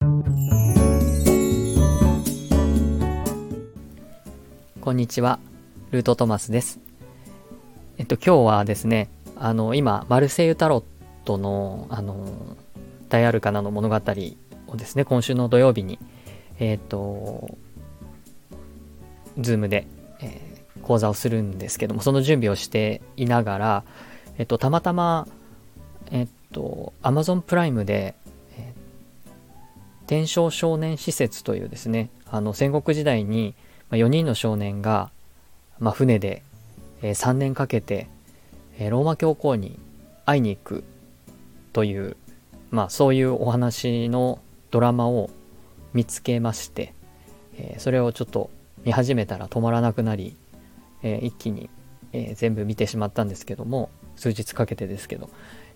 こんにちは、ルートトマスです。今日はですね、今マルセイユタロットの大アルカナの物語をですね、今週の土曜日にズームで、講座をするんですけども、その準備をしていながら、たまたまAmazon プライムで、天正少年施設というですね、戦国時代に4人の少年が、船で、3年かけて、ローマ教皇に会いに行くという、そういうお話のドラマを見つけまして、それをちょっと見始めたら止まらなくなり、一気に、全部見てしまったんですけども、数日かけてですけど、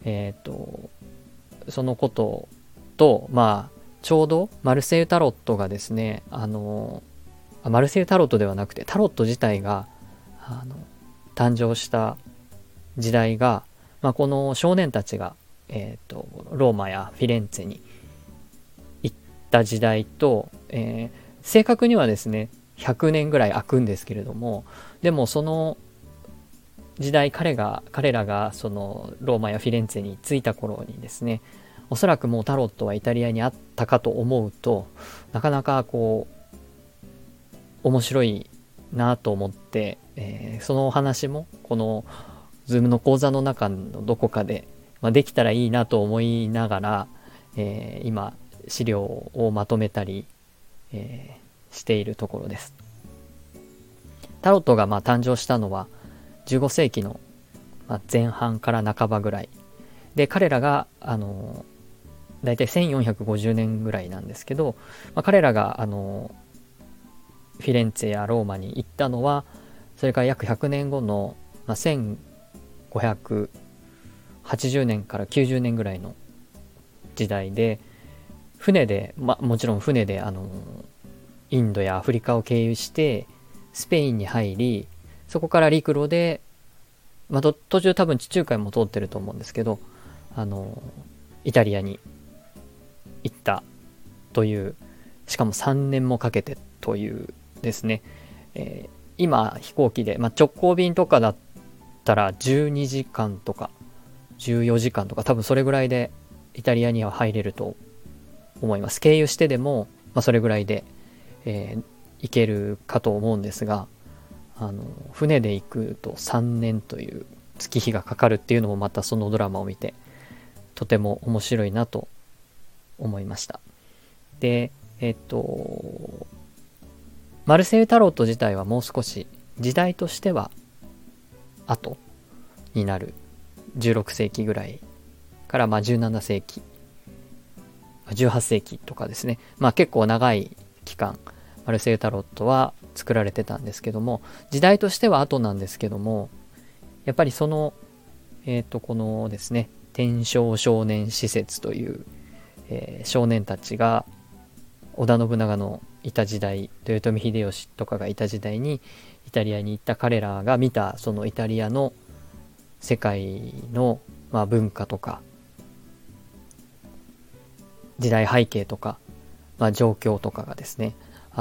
そのことと、ちょうどマルセイユタロットがですね、マルセイユタロットではなくてタロット自体が誕生した時代が、この少年たちが、ローマやフィレンツェに行った時代と、正確にはですね100年ぐらい空くんですけれども、でもその時代彼らがそのローマやフィレンツェに着いた頃にですね、おそらくもうタロットはイタリアにあったかと思うと、なかなかこう面白いなと思って、そのお話もこの Zoom の講座の中のどこかで、できたらいいなと思いながら、今資料をまとめたり、しているところです。タロットが誕生したのは15世紀の前半から半ばぐらいで、彼らがだいたい1450年ぐらいなんですけど、彼らがフィレンツェやローマに行ったのはそれから約100年後の、1580年から90年ぐらいの時代で、船で、もちろん船でインドやアフリカを経由してスペインに入り、そこから陸路で、途中多分地中海も通ってると思うんですけど、イタリアに行ったという、しかも3年もかけてというですね、今飛行機で、直行便とかだったら12時間とか14時間とか、多分それぐらいでイタリアには入れると思います。経由してでも、それぐらいで、行けるかと思うんですが、船で行くと3年という月日がかかるっていうのも、またそのドラマを見てとても面白いなと思いました。で、マルセイユタロット自体はもう少し時代としては後になる16世紀ぐらいから17世紀18世紀とかですね、結構長い期間マルセイユタロットは作られてたんですけども、時代としては後なんですけども、やっぱりそのこのですね天正少年施設という、少年たちが織田信長のいた時代、豊臣秀吉とかがいた時代にイタリアに行った彼らが見たそのイタリアの世界の、文化とか時代背景とか、状況とかがですね、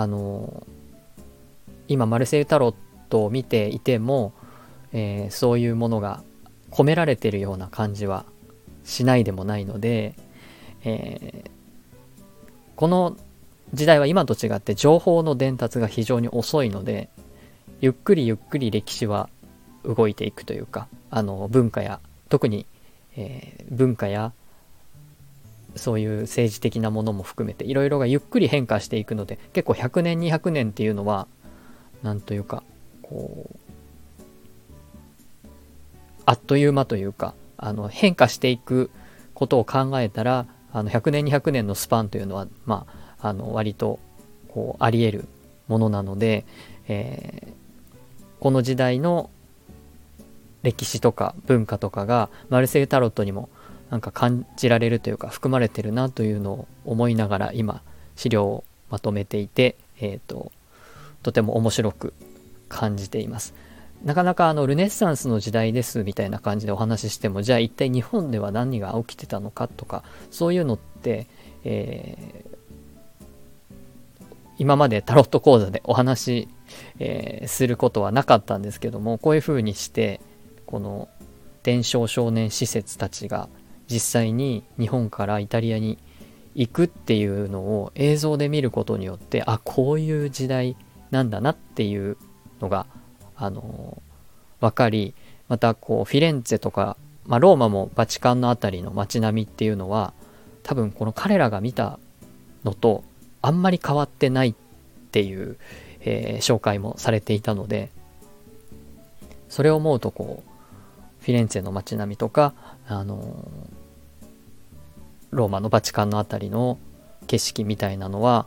今マルセイユタロットを見ていても、そういうものが込められているような感じはしないでもないので、この時代は今と違って情報の伝達が非常に遅いので、ゆっくりゆっくり歴史は動いていくというか、文化や特に、文化やそういう政治的なものも含めていろいろがゆっくり変化していくので、結構100年200年っていうのはなんというかこうあっという間というか、変化していくことを考えたら100年200年のスパンというのは割とこうあり得るものなので、この時代の歴史とか文化とかがマルセイユタロットにもなんか感じられるというか含まれてるなというのを思いながら今資料をまとめていて、とても面白く感じています。なかなかルネッサンスの時代ですみたいな感じでお話ししても、じゃあ一体日本では何が起きてたのかとか、そういうのって、 今までタロット講座でお話し、することはなかったんですけども、こういう風にしてこの伝承少年施設たちが実際に日本からイタリアに行くっていうのを映像で見ることによって、あ、こういう時代なんだなっていうのが分かり、またこうフィレンツェとか、ローマもバチカンのあたりの街並みっていうのは多分この彼らが見たのとあんまり変わってないっていう、紹介もされていたので、それを思うとこうフィレンツェの街並みとかローマのバチカンのあたりの景色みたいなのは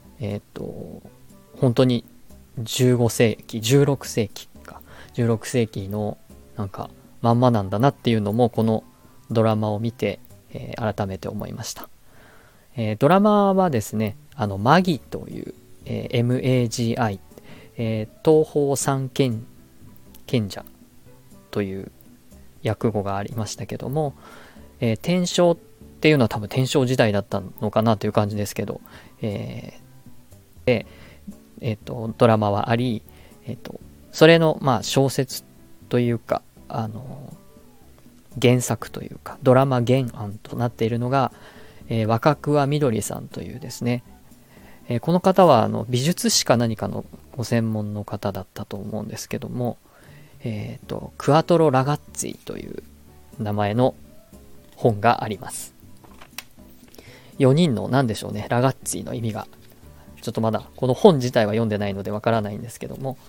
本当に15世紀16世紀か16世紀のなんかまんまなんだなっていうのもこのドラマを見て、改めて思いました。ドラマはですねマギという、MAGI、東方三賢者という訳語がありましたけども、天正っていうのは多分天正時代だったのかなという感じですけど、ドラマはあり、それの小説というか原作というかドラマ原案となっているのが、若桑みどりさんというですね、この方は美術史か何かのご専門の方だったと思うんですけども、クアトロ・ラガッツィという名前の本があります。4人の何でしょうね、ラガッツィの意味がちょっとまだこの本自体は読んでないのでわからないんですけども、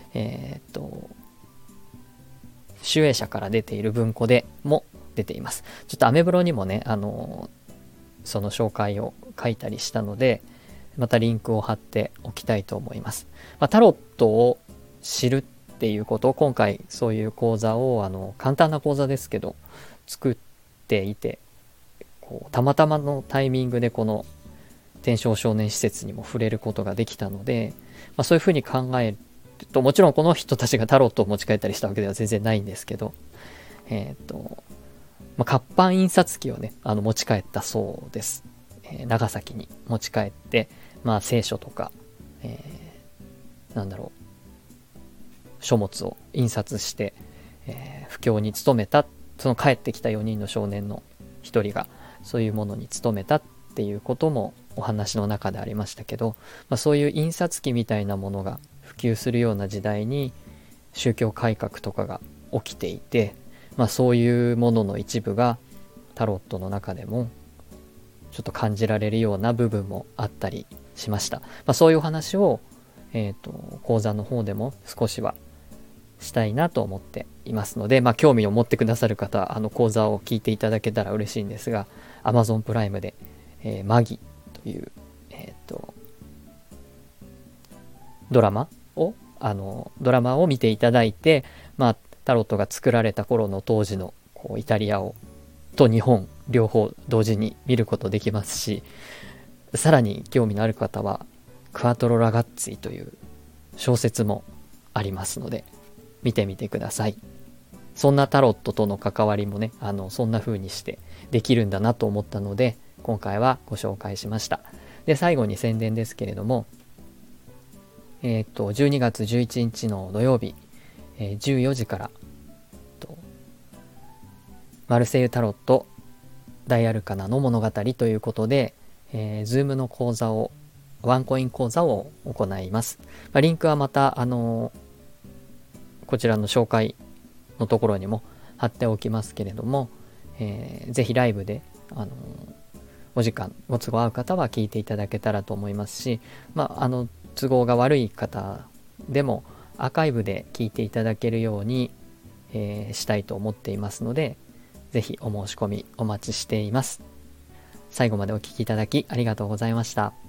集英社から出ている文庫でも出ています。ちょっとアメブロにもねその紹介を書いたりしたので、またリンクを貼っておきたいと思います。タロットを知るっていうことを今回そういう講座を簡単な講座ですけど作っていて、こうたまたまのタイミングでこの天正少年施設にも触れることができたので、そういうふうに考えると、もちろんこの人たちがタロットを持ち帰ったりしたわけでは全然ないんですけど、活版印刷機をね持ち帰ったそうです。長崎に持ち帰って、聖書とか、書物を印刷して、布教に努めた、その帰ってきた4人の少年の1人がそういうものに努めたっていうこともお話の中でありましたけど、そういう印刷機みたいなものが普及するような時代に宗教改革とかが起きていて、そういうものの一部がタロットの中でもちょっと感じられるような部分もあったりしました。そういうお話を、講座の方でも少しはしたいなと思っていますので、興味を持ってくださる方講座を聞いていただけたら嬉しいんですが、 Amazon プライムで、マギという、ドラマを見ていただいて、タロットが作られた頃の当時のこうイタリアと日本両方同時に見ることできますし、さらに興味のある方はクアトロ・ラガッツィという小説もありますので見てみてください。そんなタロットとの関わりもねそんな風にしてできるんだなと思ったので今回はご紹介しました。で最後に宣伝ですけれども、12月11日の土曜日、14時からマルセイユタロット大アルカナの物語ということで、Zoom の講座をワンコイン講座を行います。リンクはまたこちらの紹介のところにも貼っておきますけれども、ぜひライブでお時間ご都合合う方は聞いていただけたらと思いますし、都合が悪い方でもアーカイブで聞いていただけるように、したいと思っていますので、ぜひお申し込みお待ちしています。最後までお聞きいただきありがとうございました。